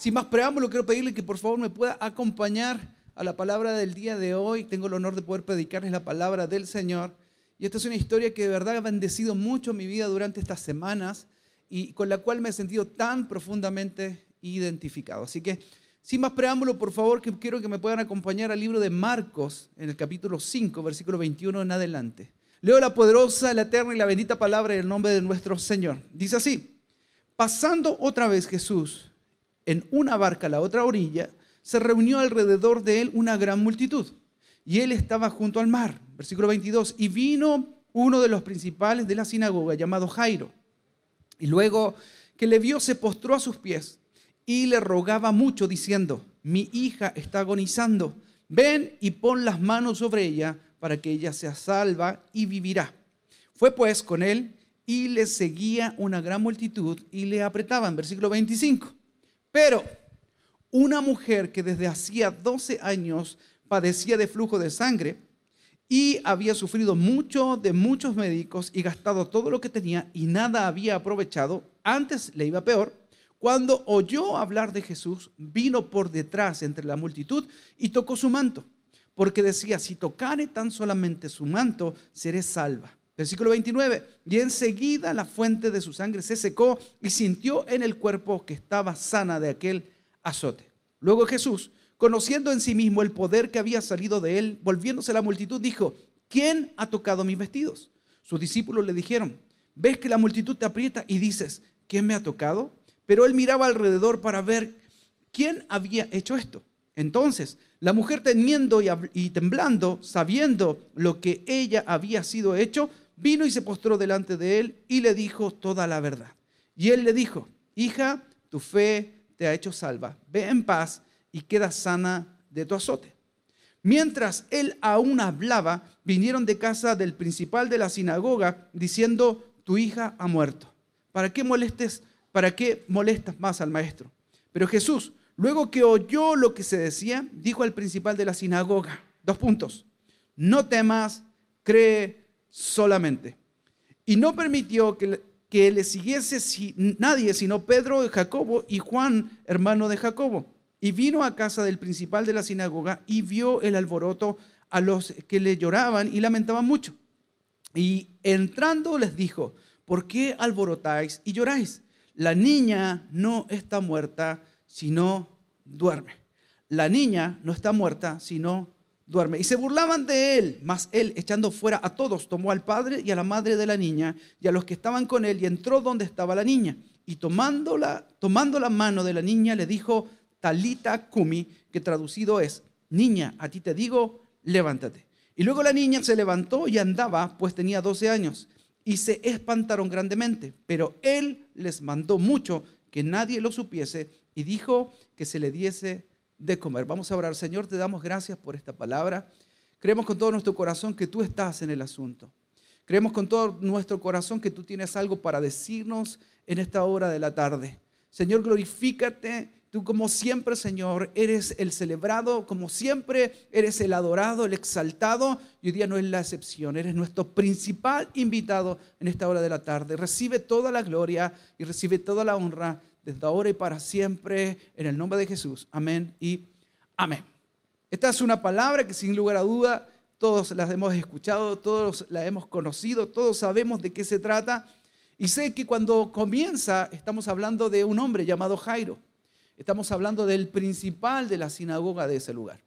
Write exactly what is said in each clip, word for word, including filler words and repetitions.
Sin más preámbulo, quiero pedirle que por favor me pueda acompañar a la palabra del día de hoy. Tengo el honor de poder predicarles la palabra del Señor. Y esta es una historia que de verdad ha bendecido mucho mi vida durante estas semanas y con la cual me he sentido tan profundamente identificado. Así que, sin más preámbulo, por favor, que quiero que me puedan acompañar al libro de Marcos, en el capítulo cinco, versículo veintiuno en adelante. Leo la poderosa, la eterna y la bendita palabra en el nombre de nuestro Señor. Dice así: pasando otra vez Jesús en una barca a la otra orilla, se reunió alrededor de él una gran multitud, y él estaba junto al mar. Versículo veintidós, y vino uno de los principales de la sinagoga, llamado Jairo, y luego que le vio, se postró a sus pies, y le rogaba mucho, diciendo: mi hija está agonizando, ven y pon las manos sobre ella, para que ella sea salva y vivirá. Fue pues con él, y le seguía una gran multitud, y le apretaban. Versículo veinticinco, pero una mujer que desde hacía doce años padecía de flujo de sangre y había sufrido mucho de muchos médicos y gastado todo lo que tenía y nada había aprovechado, antes le iba peor, cuando oyó hablar de Jesús, vino por detrás entre la multitud y tocó su manto, porque decía: si tocare tan solamente su manto, seré salva. Versículo veintinueve, y enseguida la fuente de su sangre se secó y sintió en el cuerpo que estaba sana de aquel azote. Luego Jesús, conociendo en sí mismo el poder que había salido de él, volviéndose a la multitud, dijo: ¿quién ha tocado mis vestidos? Sus discípulos le dijeron: ¿ves que la multitud te aprieta y dices: ¿quién me ha tocado? Pero él miraba alrededor para ver quién había hecho esto. Entonces la mujer, temiendo y, y temblando, sabiendo lo que ella había sido hecho, vino y se postró delante de él y le dijo toda la verdad. Y él le dijo: hija, tu fe te ha hecho salva, ve en paz y queda sana de tu azote. Mientras él aún hablaba, vinieron de casa del principal de la sinagoga, diciendo: tu hija ha muerto. ¿Para qué molestes, para qué molestas más al maestro? Pero Jesús, luego que oyó lo que se decía, dijo al principal de la sinagoga, dos puntos: no temas, cree solamente. Y no permitió que le, que le siguiese si, nadie, sino Pedro, Jacobo y Juan, hermano de Jacobo. Y vino a casa del principal de la sinagoga y vio el alboroto a los que le lloraban y lamentaban mucho. Y entrando les dijo: ¿por qué alborotáis y lloráis? La niña no está muerta, sino duerme. La niña no está muerta, sino duerme. Y se burlaban de él, mas él, echando fuera a todos, tomó al padre y a la madre de la niña y a los que estaban con él y entró donde estaba la niña. Y tomándola, tomando la mano de la niña, le dijo: Talita cumi, que traducido es: niña, a ti te digo, levántate. Y luego la niña se levantó y andaba, pues tenía doce años. Y se espantaron grandemente, pero él les mandó mucho que nadie lo supiese y dijo que se le diese de comer. Vamos a orar. Señor, te damos gracias por esta palabra. Creemos con todo nuestro corazón que tú estás en el asunto. Creemos con todo nuestro corazón que tú tienes algo para decirnos en esta hora de la tarde. Señor, glorifícate. Tú, como siempre, Señor, eres el celebrado, como siempre eres el adorado, el exaltado, y hoy día no es la excepción. Eres nuestro principal invitado en esta hora de la tarde. Recibe toda la gloria y recibe toda la honra desde ahora y para siempre, en el nombre de Jesús. Amén y amén. Esta es una palabra que sin lugar a duda todos la hemos escuchado, todos la hemos conocido, todos sabemos de qué se trata. Y sé que cuando comienza estamos hablando de un hombre llamado Jairo. Estamos hablando del principal de la sinagoga de ese lugar.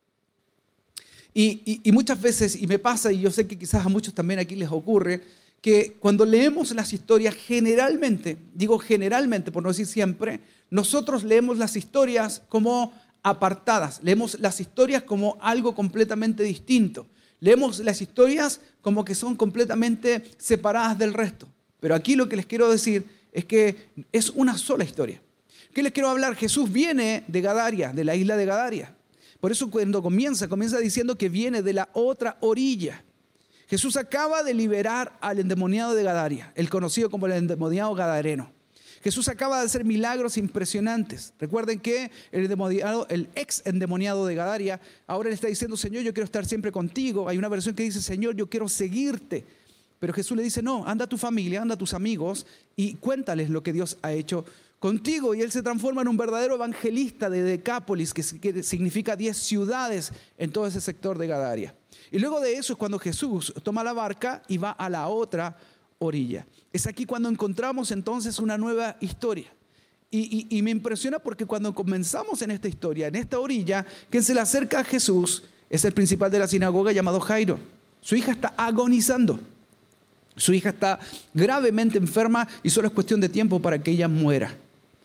Y, y, y muchas veces, y me pasa, y yo sé que quizás a muchos también aquí les ocurre, que cuando leemos las historias, generalmente, digo generalmente por no decir siempre, nosotros leemos las historias como apartadas, leemos las historias como algo completamente distinto, leemos las historias como que son completamente separadas del resto. Pero aquí lo que les quiero decir es que es una sola historia. ¿Qué les quiero hablar? Jesús viene de Gadaria, de la isla de Gadaria. Por eso cuando comienza, comienza diciendo que viene de la otra orilla. Jesús acaba de liberar al endemoniado de Gadaria, el conocido como el endemoniado gadareno. Jesús acaba de hacer milagros impresionantes. Recuerden que el, endemoniado, el ex endemoniado de Gadaria ahora le está diciendo: Señor, yo quiero estar siempre contigo. Hay una versión que dice: Señor, yo quiero seguirte. Pero Jesús le dice: no, anda a tu familia, anda a tus amigos y cuéntales lo que Dios ha hecho contigo. Y él se transforma en un verdadero evangelista de Decápolis, que significa diez ciudades en todo ese sector de Gadaria. Y luego de eso es cuando Jesús toma la barca y va a la otra orilla. Es aquí cuando encontramos entonces una nueva historia. Y, y, y me impresiona porque cuando comenzamos en esta historia, en esta orilla, quien se le acerca a Jesús es el principal de la sinagoga llamado Jairo. Su hija está agonizando. Su hija está gravemente enferma y solo es cuestión de tiempo para que ella muera.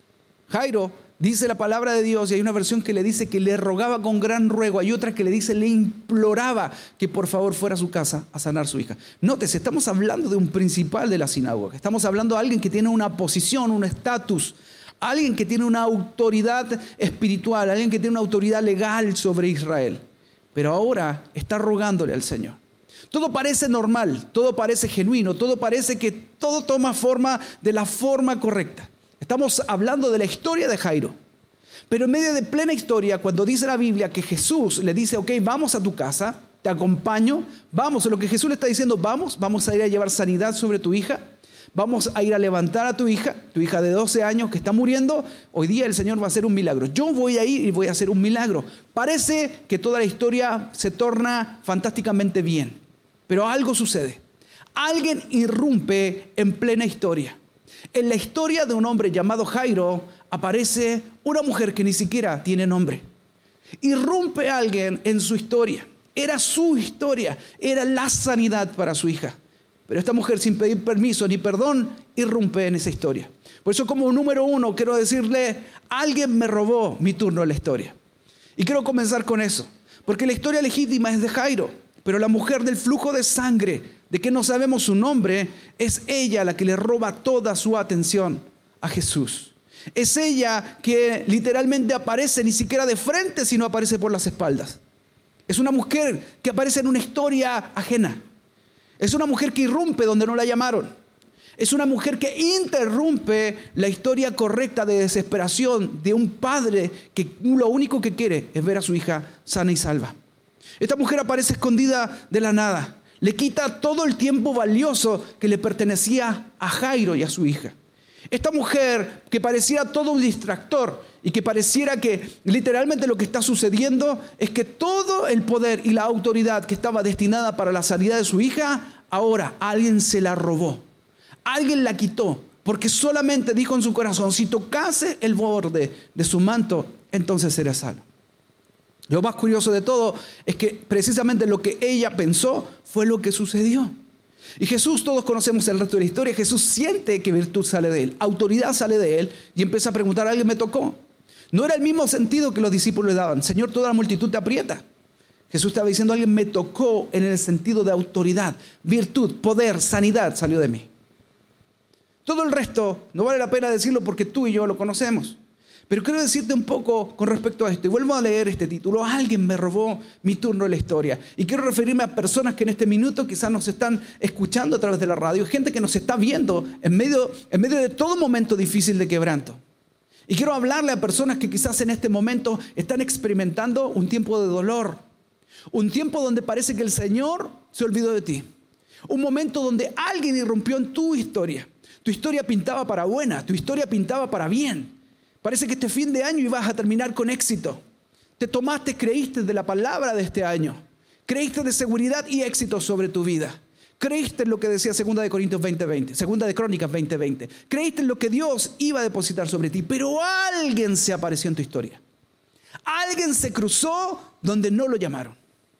Jairo dice la palabra de Dios, y hay una versión que le dice que le rogaba con gran ruego. Hay otra que le dice, le imploraba que por favor fuera a su casa a sanar a su hija. Nótese, estamos hablando de un principal de la sinagoga. Estamos hablando de alguien que tiene una posición, un estatus, alguien que tiene una autoridad espiritual, alguien que tiene una autoridad legal sobre Israel. Pero ahora está rogándole al Señor. Todo parece normal, todo parece genuino, todo parece que todo toma forma de la forma correcta. Estamos hablando de la historia de Jairo. Pero en medio de plena historia, cuando dice la Biblia que Jesús le dice, ok, vamos a tu casa, te acompaño, vamos, lo que Jesús le está diciendo, vamos, vamos a ir a llevar sanidad sobre tu hija, vamos a ir a levantar a tu hija, tu hija de doce años que está muriendo, hoy día el Señor va a hacer un milagro. Yo voy a ir y voy a hacer un milagro. Parece que toda la historia se torna fantásticamente bien, pero algo sucede. Alguien irrumpe en plena historia. En la historia de un hombre llamado Jairo aparece una mujer que ni siquiera tiene nombre. Irrumpe alguien en su historia. Era su historia, era la sanidad para su hija. Pero esta mujer, sin pedir permiso ni perdón, irrumpe en esa historia. Por eso, como número uno, quiero decirle, alguien me robó mi turno en la historia. Y quiero comenzar con eso, porque la historia legítima es de Jairo, pero la mujer del flujo de sangre, de que no sabemos su nombre, es ella la que le roba toda su atención a Jesús. Es ella que literalmente aparece ni siquiera de frente, sino aparece por las espaldas. Es una mujer que aparece en una historia ajena. Es una mujer que irrumpe donde no la llamaron. Es una mujer que interrumpe la historia correcta de desesperación de un padre que lo único que quiere es ver a su hija sana y salva. Esta mujer aparece escondida de la nada. Le quita todo el tiempo valioso que le pertenecía a Jairo y a su hija. Esta mujer que parecía todo un distractor y que pareciera que literalmente lo que está sucediendo es que todo el poder y la autoridad que estaba destinada para la sanidad de su hija, ahora alguien se la robó. Alguien la quitó porque solamente dijo en su corazón, si tocase el borde de su manto, entonces será salvo. Lo más curioso de todo es que precisamente lo que ella pensó fue lo que sucedió. Y Jesús, todos conocemos el resto de la historia, Jesús siente que virtud sale de él, autoridad sale de él y empieza a preguntar, ¿alguien me tocó? No era el mismo sentido que los discípulos le daban, Señor, toda la multitud te aprieta. Jesús estaba diciendo, alguien me tocó en el sentido de autoridad, virtud, poder, sanidad salió de mí. Todo el resto no vale la pena decirlo porque tú y yo lo conocemos. Pero quiero decirte un poco con respecto a esto. Y vuelvo a leer este título. Alguien me robó mi turno en la historia. Y quiero referirme a personas que en este minuto quizás nos están escuchando a través de la radio. Gente que nos está viendo en medio, en medio de todo momento difícil de quebranto. Y quiero hablarle a personas que quizás en este momento están experimentando un tiempo de dolor. Un tiempo donde parece que el Señor se olvidó de ti. Un momento donde alguien irrumpió en tu historia. Tu historia pintaba para buena. Tu historia pintaba para bien. Parece que este fin de año ibas a terminar con éxito. Te tomaste, creíste de la palabra de este año. Creíste de seguridad y éxito sobre tu vida. Creíste en lo que decía segunda de Corintios veinte veinte, segunda de Crónicas veinte veinte. Creíste en lo que Dios iba a depositar sobre ti. Pero alguien se apareció en tu historia. Alguien se cruzó donde no lo llamaron.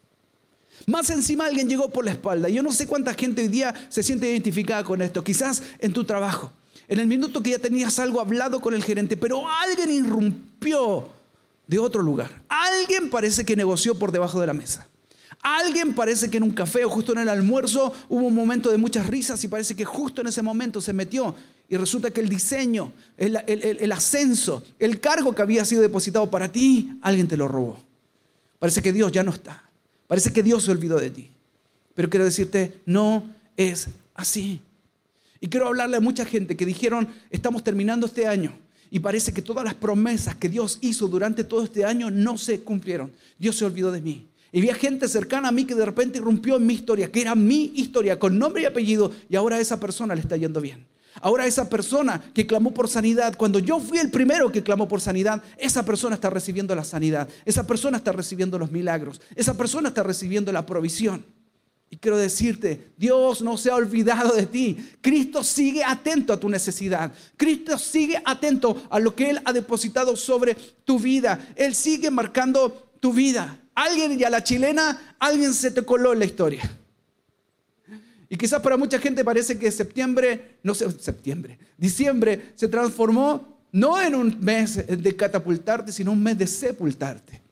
Más encima alguien llegó por la espalda. Yo no sé cuánta gente hoy día se siente identificada con esto. Quizás en tu trabajo. En el minuto que ya tenías algo hablado con el gerente, pero alguien irrumpió de otro lugar. Alguien parece que negoció por debajo de la mesa. Alguien parece que en un café o justo en el almuerzo hubo un momento de muchas risas y parece que justo en ese momento se metió. Y resulta que el diseño, el, el, el, el ascenso, el cargo que había sido depositado para ti, alguien te lo robó. Parece que Dios ya no está. Parece que Dios se olvidó de ti. Pero quiero decirte, no es así. Y quiero hablarle a mucha gente que dijeron, estamos terminando este año y parece que todas las promesas que Dios hizo durante todo este año no se cumplieron. Dios se olvidó de mí. Y vi a gente cercana a mí que de repente irrumpió en mi historia, que era mi historia, con nombre y apellido, y ahora a esa persona le está yendo bien. Ahora esa persona que clamó por sanidad, cuando yo fui el primero que clamó por sanidad, esa persona está recibiendo la sanidad, esa persona está recibiendo los milagros, esa persona está recibiendo la provisión. Y quiero decirte, Dios no se ha olvidado de ti. Cristo sigue atento a tu necesidad. Cristo sigue atento a lo que Él ha depositado sobre tu vida. Él sigue marcando tu vida. Alguien, y a la chilena, alguien se te coló en la historia. Y quizás para mucha gente parece que septiembre, no sé, septiembre, diciembre se transformó no en un mes de catapultarte, sino un mes de sepultarte.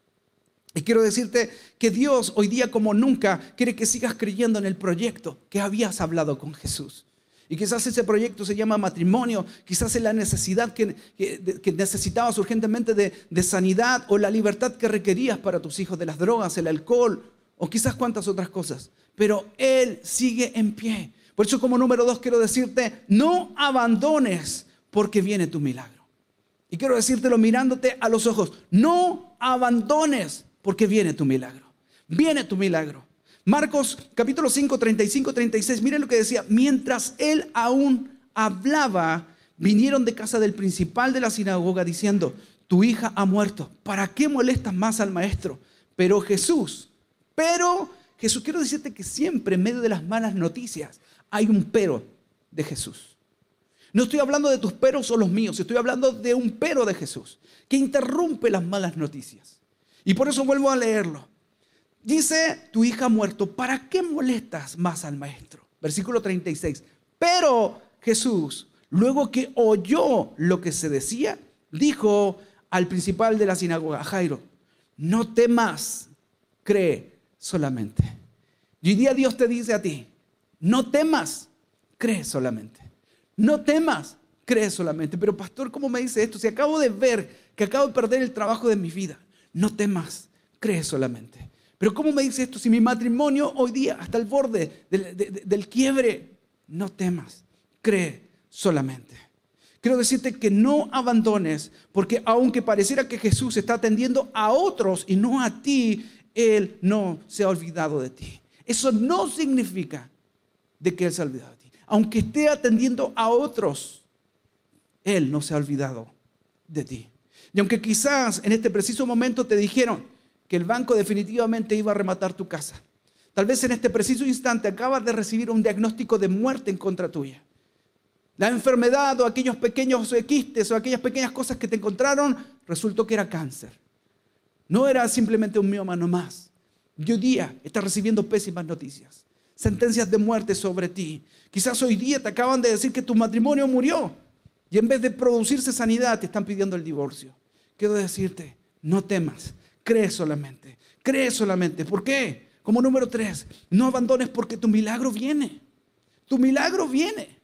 Y quiero decirte que Dios hoy día como nunca quiere que sigas creyendo en el proyecto que habías hablado con Jesús. Y quizás ese proyecto se llama matrimonio, quizás es la necesidad que, que, que necesitabas urgentemente de, de sanidad, o la libertad que requerías para tus hijos de las drogas, el alcohol, o quizás cuantas otras cosas. Pero Él sigue en pie. Por eso, como número dos, quiero decirte, no abandones porque viene tu milagro. Y quiero decírtelo mirándote a los ojos, no abandones porque viene tu milagro. Viene tu milagro. Marcos capítulo cinco, treinta y cinco, treinta y seis. Miren lo que decía. Mientras él aún hablaba, vinieron de casa del principal de la sinagoga diciendo, tu hija ha muerto. ¿Para qué molestas más al maestro? Pero Jesús, pero Jesús, quiero decirte que siempre en medio de las malas noticias hay un pero de Jesús. No estoy hablando de tus peros o los míos, estoy hablando de un pero de Jesús que interrumpe las malas noticias. Y por eso vuelvo a leerlo. Dice, tu hija ha muerto, ¿para qué molestas más al maestro? Versículo treinta y seis. Pero Jesús, luego que oyó lo que se decía, dijo al principal de la sinagoga, Jairo, no temas, cree solamente. Y hoy día Dios te dice a ti, no temas, cree solamente. No temas, cree solamente. Pero pastor, ¿cómo me dice esto? Si acabo de ver que acabo de perder el trabajo de mi vida. No temas, cree solamente. Pero ¿cómo me dice esto? Si mi matrimonio hoy día hasta el borde del, de, de, del quiebre, no temas, cree solamente. Quiero decirte que no abandones, porque aunque pareciera que Jesús está atendiendo a otros y no a ti, Él no se ha olvidado de ti. Eso no significa de que Él se ha olvidado de ti. Aunque esté atendiendo a otros, Él no se ha olvidado de ti. Y aunque quizás en este preciso momento te dijeron que el banco definitivamente iba a rematar tu casa, tal vez en este preciso instante acabas de recibir un diagnóstico de muerte en contra tuya. La enfermedad o aquellos pequeños quistes o aquellas pequeñas cosas que te encontraron, resultó que era cáncer. No era simplemente un mioma nomás. Y hoy día estás recibiendo pésimas noticias, sentencias de muerte sobre ti. Quizás hoy día te acaban de decir que tu matrimonio murió y en vez de producirse sanidad te están pidiendo el divorcio. Quiero decirte, no temas, cree solamente, cree solamente. ¿Por qué? Como número tres, no abandones porque tu milagro viene. Tu milagro viene.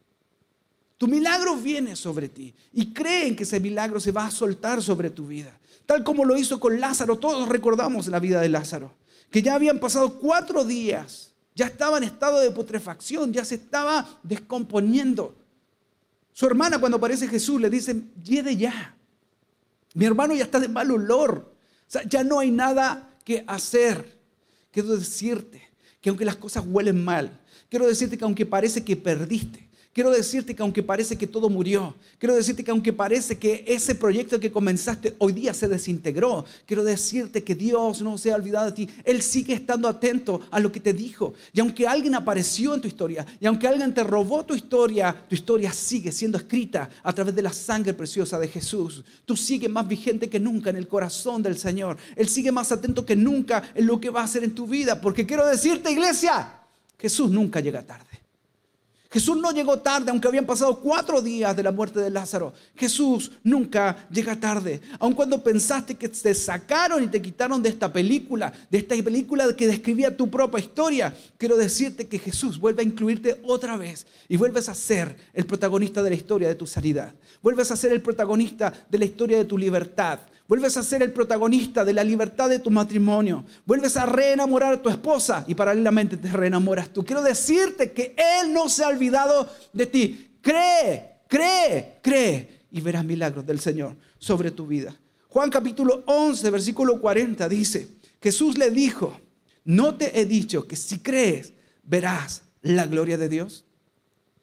Tu milagro viene sobre ti y cree en que ese milagro se va a soltar sobre tu vida. Tal como lo hizo con Lázaro, todos recordamos la vida de Lázaro, que ya habían pasado cuatro días, ya estaba en estado de putrefacción, ya se estaba descomponiendo. Su hermana, cuando aparece Jesús, le dice, llegue ya. Mi hermano ya está de mal olor. O sea, ya no hay nada que hacer. Quiero decirte que aunque las cosas huelen mal, quiero decirte que aunque parece que perdiste, quiero decirte que aunque parece que todo murió, quiero decirte que aunque parece que ese proyecto que comenzaste hoy día se desintegró, quiero decirte que Dios no se ha olvidado de ti. Él sigue estando atento a lo que te dijo. Y aunque alguien apareció en tu historia, y aunque alguien te robó tu historia, tu historia sigue siendo escrita a través de la sangre preciosa de Jesús. Tú sigues más vigente que nunca en el corazón del Señor. Él sigue más atento que nunca en lo que va a hacer en tu vida. Porque quiero decirte, iglesia, Jesús nunca llega tarde. Jesús no llegó tarde, aunque habían pasado cuatro días de la muerte de Lázaro. Jesús nunca llega tarde. Aun cuando pensaste que te sacaron y te quitaron de esta película, de esta película que describía tu propia historia, quiero decirte que Jesús vuelve a incluirte otra vez y vuelves a ser el protagonista de la historia de tu sanidad. Vuelves a ser el protagonista de la historia de tu libertad. Vuelves a ser el protagonista de la libertad de tu matrimonio. Vuelves a reenamorar a tu esposa y paralelamente te reenamoras tú. Quiero decirte que Él no se ha olvidado de ti. Cree, cree, cree y verás milagros del Señor sobre tu vida. Juan capítulo once, versículo cuarenta dice, Jesús le dijo, ¿no te he dicho que si crees verás la gloria de Dios?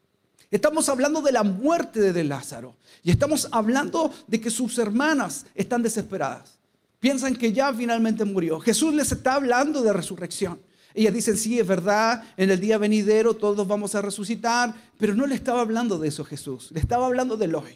Estamos hablando de la muerte de Lázaro. Y estamos hablando de que sus hermanas están desesperadas. Piensan que ya finalmente murió. Jesús les está hablando de resurrección. Ellas dicen, sí, es verdad, en el día venidero todos vamos a resucitar. Pero no le estaba hablando de eso Jesús. Le estaba hablando del hoy.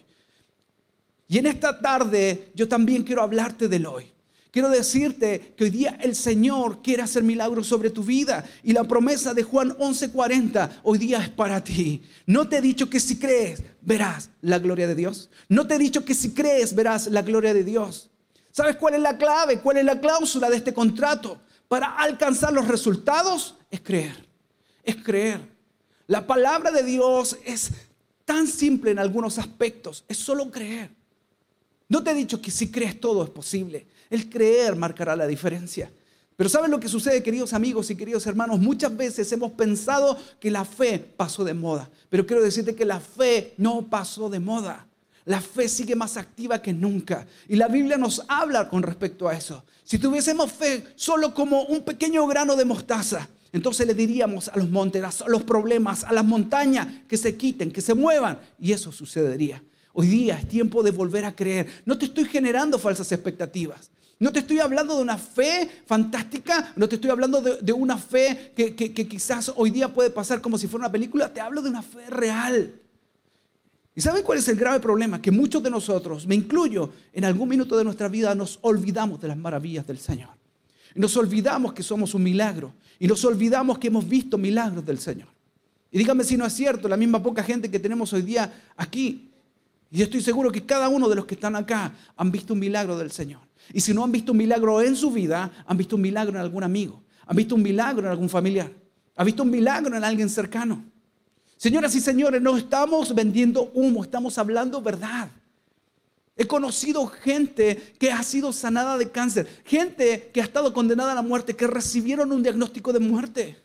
Y en esta tarde yo también quiero hablarte del hoy. Quiero decirte que hoy día el Señor quiere hacer milagros sobre tu vida. Y la promesa de Juan once cuarenta hoy día es para ti. No te he dicho que si crees, verás la gloria de Dios. No te he dicho que si crees, verás la gloria de Dios. ¿Sabes cuál es la clave? ¿Cuál es la cláusula de este contrato? Para alcanzar los resultados es creer. Es creer. La palabra de Dios es tan simple en algunos aspectos. Es solo creer. No te he dicho que si crees todo es posible. El creer marcará la diferencia. Pero ¿saben lo que sucede, queridos amigos y queridos hermanos? Muchas veces hemos pensado que la fe pasó de moda. Pero quiero decirte que la fe no pasó de moda. La fe sigue más activa que nunca. Y la Biblia nos habla con respecto a eso. Si tuviésemos fe solo como un pequeño grano de mostaza, entonces le diríamos a los montes, a los problemas, a las montañas que se quiten, que se muevan. Y eso sucedería. Hoy día es tiempo de volver a creer. No te estoy generando falsas expectativas. No te estoy hablando de una fe fantástica. No te estoy hablando de, de una fe que, que, que quizás hoy día puede pasar como si fuera una película. Te hablo de una fe real. ¿Y saben cuál es el grave problema? Que muchos de nosotros, me incluyo, en algún minuto de nuestra vida nos olvidamos de las maravillas del Señor. Y nos olvidamos que somos un milagro. Y nos olvidamos que hemos visto milagros del Señor. Y dígame si no es cierto, la misma poca gente que tenemos hoy día aquí. Y yo estoy seguro que cada uno de los que están acá han visto un milagro del Señor. Y si no han visto un milagro en su vida, han visto un milagro en algún amigo. Han visto un milagro en algún familiar. Han visto un milagro en alguien cercano. Señoras y señores, no estamos vendiendo humo, estamos hablando verdad. He conocido gente que ha sido sanada de cáncer. Gente que ha estado condenada a la muerte, que recibieron un diagnóstico de muerte.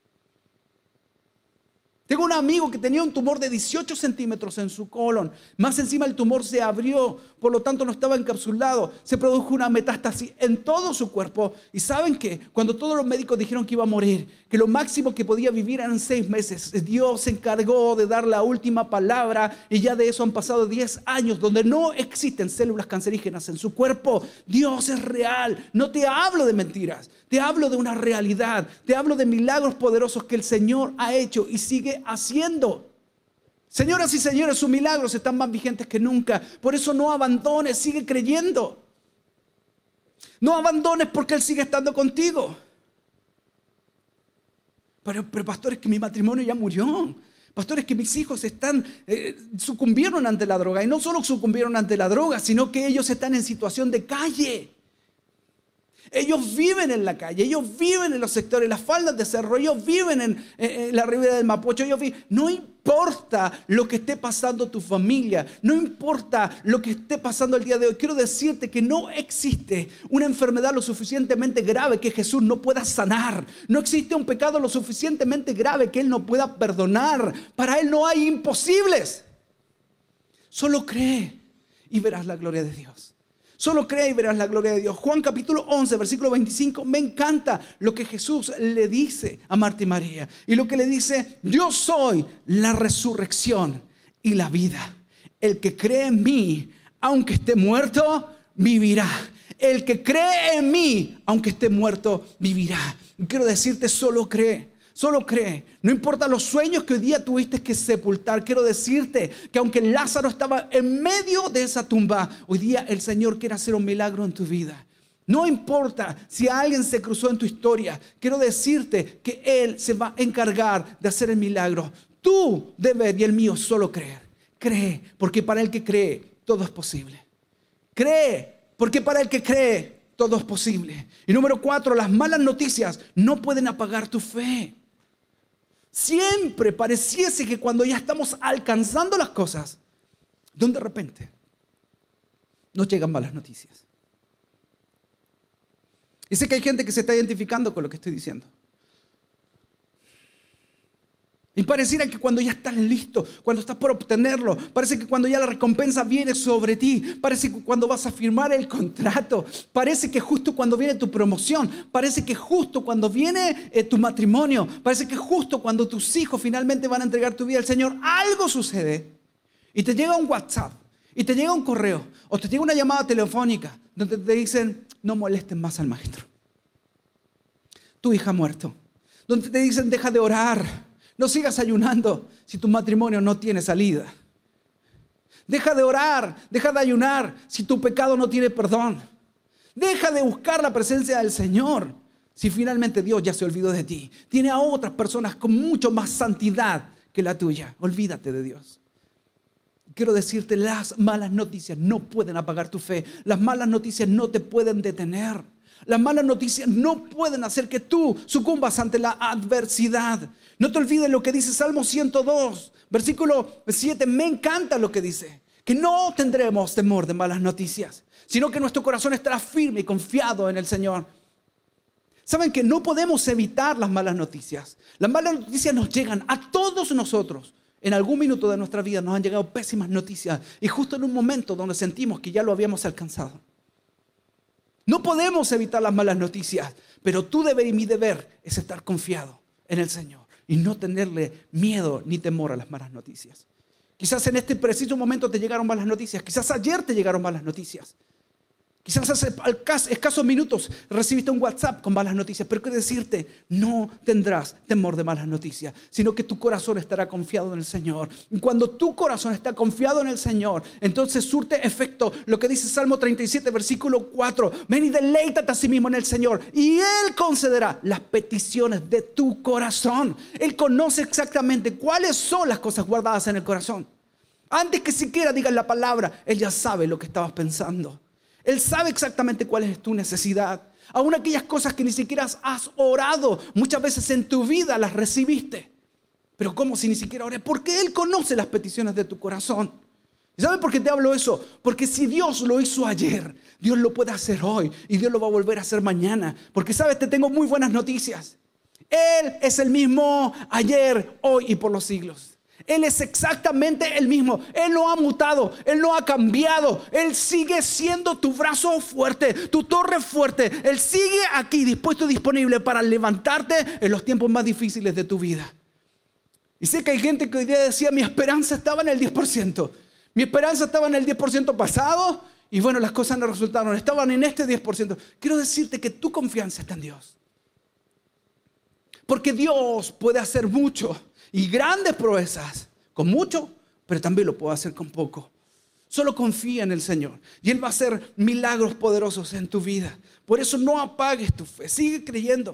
Tengo un amigo que tenía un tumor de dieciocho centímetros en su colon. Más encima el tumor se abrió, por lo tanto no estaba encapsulado. Se produjo una metástasis en todo su cuerpo. ¿Y saben qué? Cuando todos los médicos dijeron que iba a morir, que lo máximo que podía vivir eran seis meses, Dios se encargó de dar la última palabra y ya de eso han pasado diez años donde no existen células cancerígenas en su cuerpo. Dios es real. No te hablo de mentiras. Te hablo de una realidad. Te hablo de milagros poderosos que el Señor ha hecho y sigue haciendo. Señoras y señores, sus milagros están más vigentes que nunca. Por eso no abandones, sigue creyendo. No abandones porque Él sigue estando contigo. Pero, pero pastor, es que mi matrimonio ya murió. Pastor, es que mis hijos están, eh, sucumbieron ante la droga. Y no solo sucumbieron ante la droga, sino que ellos están en situación de calle. Ellos viven en la calle, ellos viven en los sectores, las faldas de cerro, ellos viven en, en, en la ribera del Mapocho, ellos viven. No importa lo que esté pasando tu familia, no importa lo que esté pasando el día de hoy. Quiero decirte que no existe una enfermedad lo suficientemente grave que Jesús no pueda sanar. No existe un pecado lo suficientemente grave que Él no pueda perdonar. Para Él no hay imposibles. Solo cree y verás la gloria de Dios. Solo cree y verás la gloria de Dios. Juan capítulo once, versículo veinticinco. Me encanta lo que Jesús le dice a Marta y María. Y lo que le dice, yo soy la resurrección y la vida. El que cree en mí, aunque esté muerto, vivirá. El que cree en mí, aunque esté muerto, vivirá. Y quiero decirte, solo cree. Solo cree. No importa los sueños que hoy día tuviste que sepultar. Quiero decirte que aunque Lázaro estaba en medio de esa tumba, hoy día el Señor quiere hacer un milagro en tu vida. No importa si alguien se cruzó en tu historia. Quiero decirte que Él se va a encargar de hacer el milagro. Tu deber y el mío solo creer. Cree, porque para el que cree todo es posible. Cree, porque para el que cree todo es posible. Y número cuatro, las malas noticias no pueden apagar tu fe. Siempre pareciese que cuando ya estamos alcanzando las cosas, de repente nos llegan malas noticias. Y sé que hay gente que se está identificando con lo que estoy diciendo. Y pareciera que cuando ya estás listo, cuando estás por obtenerlo, parece que cuando ya la recompensa viene sobre ti, parece que cuando vas a firmar el contrato, parece que justo cuando viene tu promoción, parece que justo cuando viene eh, tu matrimonio, parece que justo cuando tus hijos finalmente van a entregar tu vida al Señor, algo sucede. Y te llega un WhatsApp, y te llega un correo, o te llega una llamada telefónica, donde te dicen, no molesten más al maestro. Tu hija ha muerto. Donde te dicen, deja de orar. No sigas ayunando si tu matrimonio no tiene salida. Deja de orar, deja de ayunar si tu pecado no tiene perdón. Deja de buscar la presencia del Señor si finalmente Dios ya se olvidó de ti. Tiene a otras personas con mucho más santidad que la tuya. Olvídate de Dios. Quiero decirte, las malas noticias no pueden apagar tu fe. Las malas noticias no te pueden detener. Las malas noticias no pueden hacer que tú sucumbas ante la adversidad. No te olvides lo que dice Salmo ciento dos, versículo siete. Me encanta lo que dice. Que no tendremos temor de malas noticias, sino que nuestro corazón estará firme y confiado en el Señor. Saben que no podemos evitar las malas noticias. Las malas noticias nos llegan a todos nosotros. En algún minuto de nuestra vida nos han llegado pésimas noticias. Y justo en un momento donde sentimos que ya lo habíamos alcanzado. No podemos evitar las malas noticias, pero tu deber y mi deber es estar confiado en el Señor y no tenerle miedo ni temor a las malas noticias. Quizás en este preciso momento te llegaron malas noticias, quizás ayer te llegaron malas noticias. Quizás hace escasos minutos recibiste un WhatsApp con malas noticias, pero quiero decirte, no tendrás temor de malas noticias, sino que tu corazón estará confiado en el Señor. Y cuando tu corazón está confiado en el Señor, entonces surte efecto lo que dice Salmo treinta y siete, versículo cuatro. Ven y deleítate a sí mismo en el Señor y Él concederá las peticiones de tu corazón. Él conoce exactamente cuáles son las cosas guardadas en el corazón. Antes que siquiera digas la palabra, Él ya sabe lo que estabas pensando. Él sabe exactamente cuál es tu necesidad. Aún aquellas cosas que ni siquiera has orado, muchas veces en tu vida las recibiste. Pero ¿cómo si ni siquiera oré? Porque Él conoce las peticiones de tu corazón. ¿Y saben por qué te hablo eso? Porque si Dios lo hizo ayer, Dios lo puede hacer hoy y Dios lo va a volver a hacer mañana. Porque sabes, te tengo muy buenas noticias. Él es el mismo ayer, hoy y por los siglos. Él es exactamente el mismo. Él no ha mutado, Él no ha cambiado. Él sigue siendo tu brazo fuerte, tu torre fuerte. Él sigue aquí dispuesto y disponible para levantarte en los tiempos más difíciles de tu vida. Y sé que hay gente que hoy día decía, mi esperanza estaba en el diez por ciento. Mi esperanza estaba en el diez por ciento pasado y bueno, las cosas no resultaron. Estaban en este diez por ciento. Quiero decirte que tu confianza está en Dios. Porque Dios puede hacer mucho y grandes proezas con mucho, pero también lo puede hacer con poco. Solo confía en el Señor y Él va a hacer milagros poderosos en tu vida. Por eso no apagues tu fe, sigue creyendo.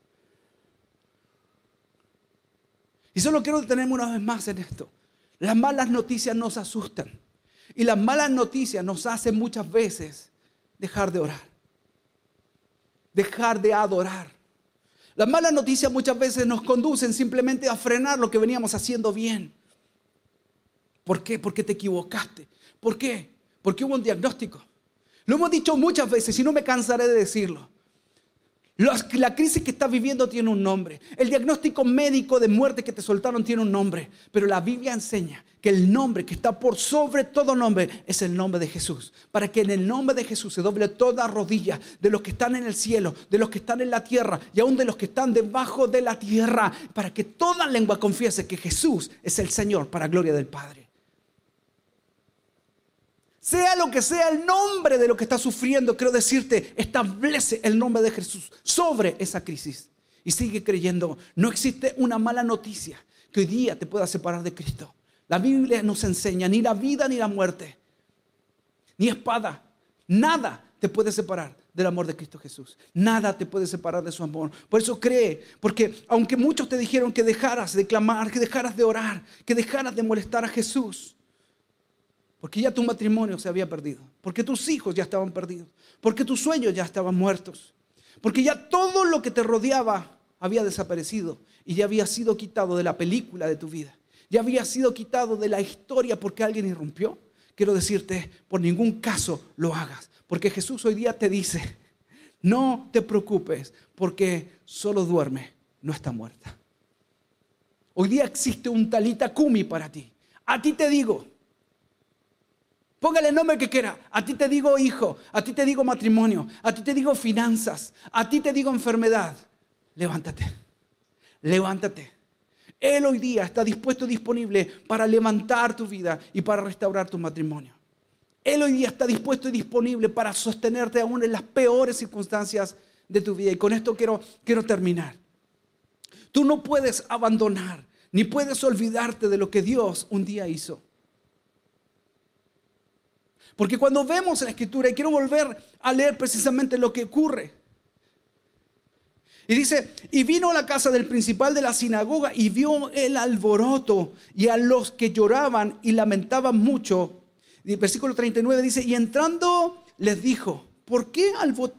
Y solo quiero detenerme una vez más en esto. Las malas noticias nos asustan y las malas noticias nos hacen muchas veces dejar de orar, dejar de adorar. Las malas noticias muchas veces nos conducen simplemente a frenar lo que veníamos haciendo bien. ¿Por qué? Porque te equivocaste. ¿Por qué? Porque hubo un diagnóstico. Lo hemos dicho muchas veces y no me cansaré de decirlo. La crisis que estás viviendo tiene un nombre. El diagnóstico médico de muerte que te soltaron tiene un nombre. Pero la Biblia enseña que el nombre que está por sobre todo nombre es el nombre de Jesús. Para que en el nombre de Jesús se doble toda rodilla de los que están en el cielo, de los que están en la tierra y aún de los que están debajo de la tierra. Para que toda lengua confiese que Jesús es el Señor para gloria del Padre. Sea lo que sea el nombre de lo que estás sufriendo, quiero decirte, establece el nombre de Jesús sobre esa crisis. Y sigue creyendo, no existe una mala noticia que hoy día te pueda separar de Cristo. La Biblia nos enseña, ni la vida ni la muerte, ni espada, nada te puede separar del amor de Cristo Jesús. Nada te puede separar de su amor. Por eso cree, porque aunque muchos te dijeron que dejaras de clamar, que dejaras de orar, que dejaras de molestar a Jesús, porque ya tu matrimonio se había perdido, porque tus hijos ya estaban perdidos, porque tus sueños ya estaban muertos, porque ya todo lo que te rodeaba había desaparecido y ya había sido quitado de la película de tu vida, ya había sido quitado de la historia porque alguien irrumpió. Quiero decirte, por ningún caso lo hagas, porque Jesús hoy día te dice, no te preocupes porque solo duerme, no está muerta. Hoy día existe un talita kumi para ti. A ti te digo, póngale el nombre que quiera. A ti te digo hijo, a ti te digo matrimonio, a ti te digo finanzas, a ti te digo enfermedad. Levántate, levántate. Él hoy día está dispuesto y disponible para levantar tu vida y para restaurar tu matrimonio. Él hoy día está dispuesto y disponible para sostenerte aún en las peores circunstancias de tu vida. Y con esto quiero, quiero terminar. Tú no puedes abandonar, ni puedes olvidarte de lo que Dios un día hizo. Porque cuando vemos la Escritura, y quiero volver a leer precisamente lo que ocurre. Y dice, y vino a la casa del principal de la sinagoga y vio el alboroto y a los que lloraban y lamentaban mucho. Y el versículo treinta y nueve dice, y entrando les dijo, ¿por qué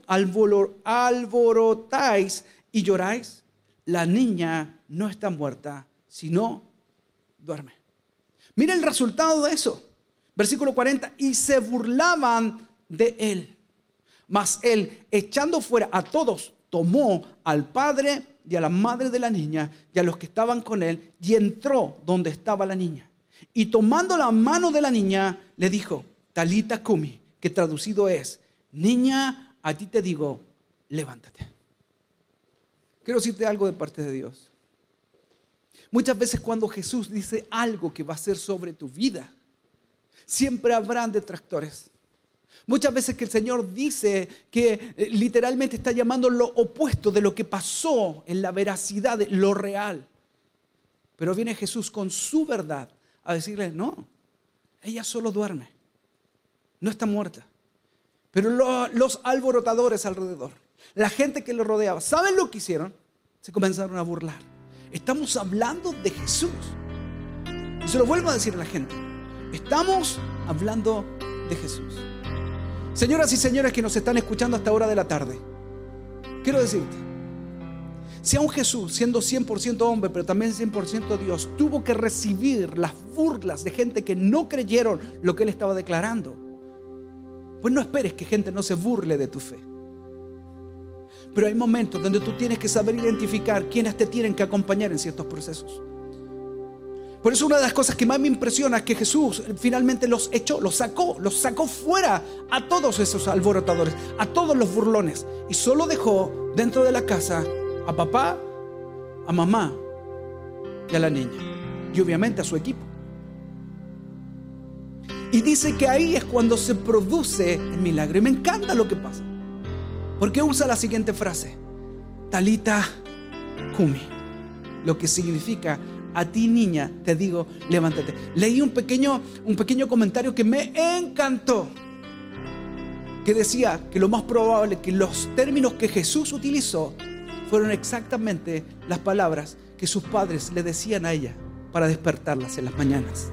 alborotáis y lloráis? La niña no está muerta, sino duerme. Mira el resultado de eso. Versículo cuarenta, y se burlaban de él. Mas él, echando fuera a todos, tomó al padre y a la madre de la niña y a los que estaban con él y entró donde estaba la niña. Y tomando la mano de la niña, le dijo, Talita Kumi, que traducido es, niña, a ti te digo, levántate. Quiero decirte algo de parte de Dios. Muchas veces cuando Jesús dice algo que va a ser sobre tu vida, siempre habrán detractores. Muchas veces que el Señor dice que eh, literalmente está llamando lo opuesto de lo que pasó en la veracidad de lo real. Pero viene Jesús con su verdad a decirle, no, ella solo duerme, no está muerta. Pero lo, los alborotadores alrededor, la gente que lo rodeaba, ¿saben lo que hicieron? Se comenzaron a burlar. Estamos hablando de Jesús. Y se lo vuelvo a decir a la gente. Estamos hablando de Jesús. Señoras y señores que nos están escuchando a esta hora de la tarde, quiero decirte, si aún Jesús, siendo cien por ciento hombre, pero también cien por ciento Dios, tuvo que recibir las burlas de gente que no creyeron lo que Él estaba declarando, pues no esperes que gente no se burle de tu fe. Pero hay momentos donde tú tienes que saber identificar quiénes te tienen que acompañar en ciertos procesos. Por eso una de las cosas que más me impresiona es que Jesús finalmente los echó, los sacó, los sacó fuera a todos esos alborotadores, a todos los burlones, y solo dejó dentro de la casa a papá, a mamá y a la niña, y obviamente a su equipo. Y dice que ahí es cuando se produce el milagro. Y me encanta lo que pasa, porque usa la siguiente frase, Talita Kumi, lo que significa, a ti niña te digo, levántate. Leí un pequeño, un pequeño comentario que me encantó, que decía que lo más probable es que los términos que Jesús utilizó fueron exactamente las palabras que sus padres le decían a ella para despertarlas en las mañanas.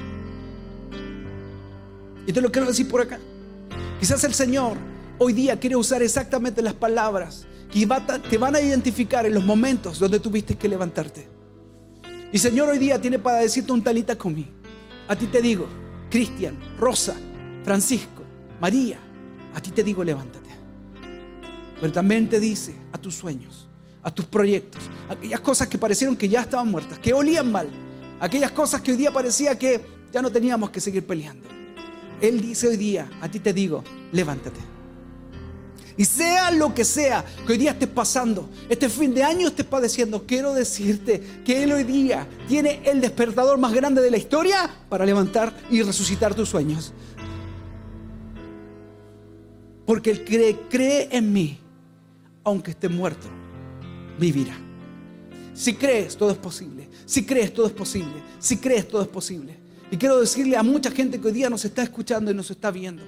Y te lo quiero decir por acá. Quizás el Señor hoy día quiere usar exactamente las palabras que te van a identificar en los momentos donde tuviste que levantarte. Y Señor hoy día tiene para decirte un Talita Kumi. A ti te digo, Cristian, Rosa, Francisco, María, a ti te digo, levántate. Pero también te dice a tus sueños, a tus proyectos, aquellas cosas que parecieron que ya estaban muertas, que olían mal, aquellas cosas que hoy día parecía que ya no teníamos que seguir peleando. Él dice hoy día, a ti te digo, levántate. Y sea lo que sea que hoy día estés pasando, este fin de año estés padeciendo, quiero decirte que Él hoy día tiene el despertador más grande de la historia para levantar y resucitar tus sueños. Porque Él cree, cree en mí, aunque esté muerto, vivirá. Si crees, todo es posible. Si crees, todo es posible. Si crees, todo es posible. Y quiero decirle a mucha gente que hoy día nos está escuchando y nos está viendo,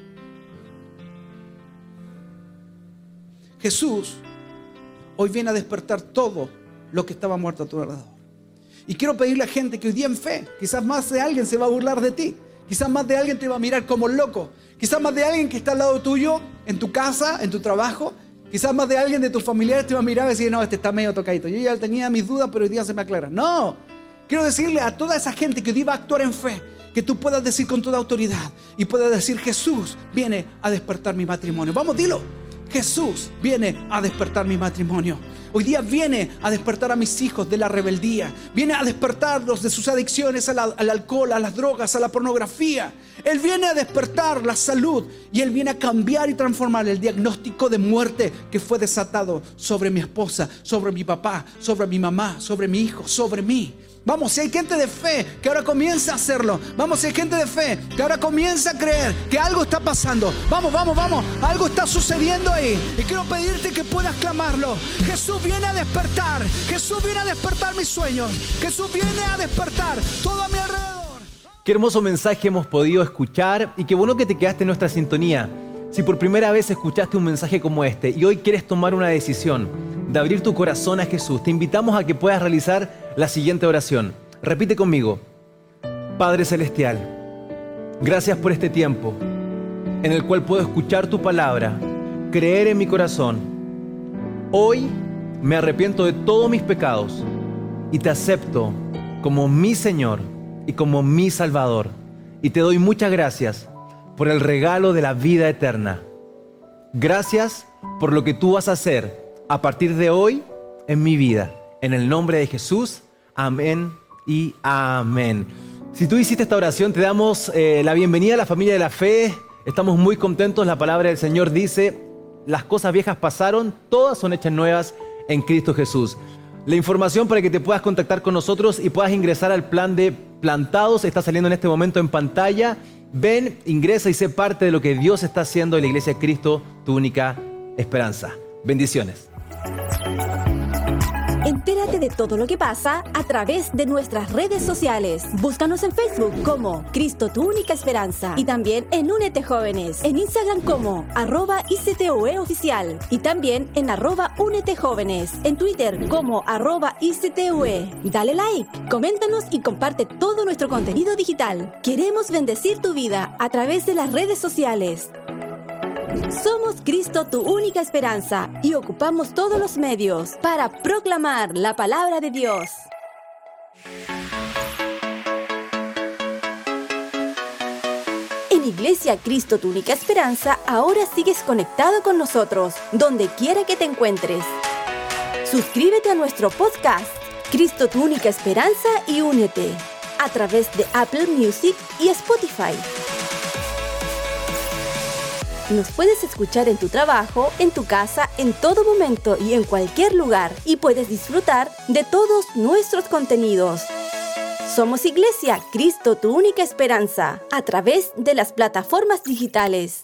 Jesús hoy viene a despertar todo lo que estaba muerto a tu alrededor. Y quiero pedirle a gente que hoy día en fe, quizás más de alguien se va a burlar de ti, quizás más de alguien te va a mirar como loco, quizás más de alguien que está al lado tuyo, en tu casa, en tu trabajo, quizás más de alguien de tus familiares te va a mirar y decir, no, este está medio tocadito. Yo ya tenía mis dudas, pero hoy día se me aclara. No, quiero decirle a toda esa gente que hoy día va a actuar en fe, que tú puedas decir con toda autoridad y puedas decir, Jesús viene a despertar mi matrimonio. Vamos, dilo. Jesús viene a despertar mi matrimonio. Hoy día viene a despertar a mis hijos de la rebeldía. Viene a despertarlos de sus adicciones al, al alcohol, a las drogas, a la pornografía. Él viene a despertar la salud y Él viene a cambiar y transformar el diagnóstico de muerte que fue desatado sobre mi esposa, sobre mi papá, sobre mi mamá, sobre mi hijo, sobre mí. Vamos, si hay gente de fe que ahora comienza a hacerlo. Vamos, si hay gente de fe que ahora comienza a creer que algo está pasando. Vamos, vamos, vamos. Algo está sucediendo ahí. Y quiero pedirte que puedas clamarlo. Jesús viene a despertar. Jesús viene a despertar mis sueños. Jesús viene a despertar todo a mi alrededor. Qué hermoso mensaje hemos podido escuchar y qué bueno que te quedaste en nuestra sintonía. Si por primera vez escuchaste un mensaje como este y hoy quieres tomar una decisión de abrir tu corazón a Jesús, te invitamos a que puedas realizar la siguiente oración. Repite conmigo. Padre Celestial, gracias por este tiempo en el cual puedo escuchar tu palabra, creer en mi corazón. Hoy me arrepiento de todos mis pecados y te acepto como mi Señor y como mi Salvador. Y te doy muchas gracias por el regalo de la vida eterna. Gracias por lo que tú vas a hacer a partir de hoy en mi vida. En el nombre de Jesús, amén y amén. Si tú hiciste esta oración, te damos eh, la bienvenida a la familia de la fe. Estamos muy contentos. La palabra del Señor dice, las cosas viejas pasaron, todas son hechas nuevas en Cristo Jesús. La información para que te puedas contactar con nosotros y puedas ingresar al plan de Plantados está saliendo en este momento en pantalla. Ven, ingresa y sé parte de lo que Dios está haciendo en la Iglesia de Cristo, tu única esperanza. Bendiciones. Entérate de todo lo que pasa a través de nuestras redes sociales. Búscanos en Facebook como Cristo Tu Única Esperanza y también en Únete Jóvenes, en Instagram como arroba I C T U E Oficial y también en arroba Únete Jóvenes, en Twitter como arroba I C T U E. Dale like, coméntanos y comparte todo nuestro contenido digital. Queremos bendecir tu vida a través de las redes sociales. Somos Cristo Tu Única Esperanza y ocupamos todos los medios para proclamar la palabra de Dios. En Iglesia Cristo Tu Única Esperanza ahora sigues conectado con nosotros, donde quiera que te encuentres. Suscríbete a nuestro podcast, Cristo Tu Única Esperanza y Únete, a través de Apple Music y Spotify. Nos puedes escuchar en tu trabajo, en tu casa, en todo momento y en cualquier lugar. Y puedes disfrutar de todos nuestros contenidos. Somos Iglesia Cristo Tu Única Esperanza, a través de las plataformas digitales.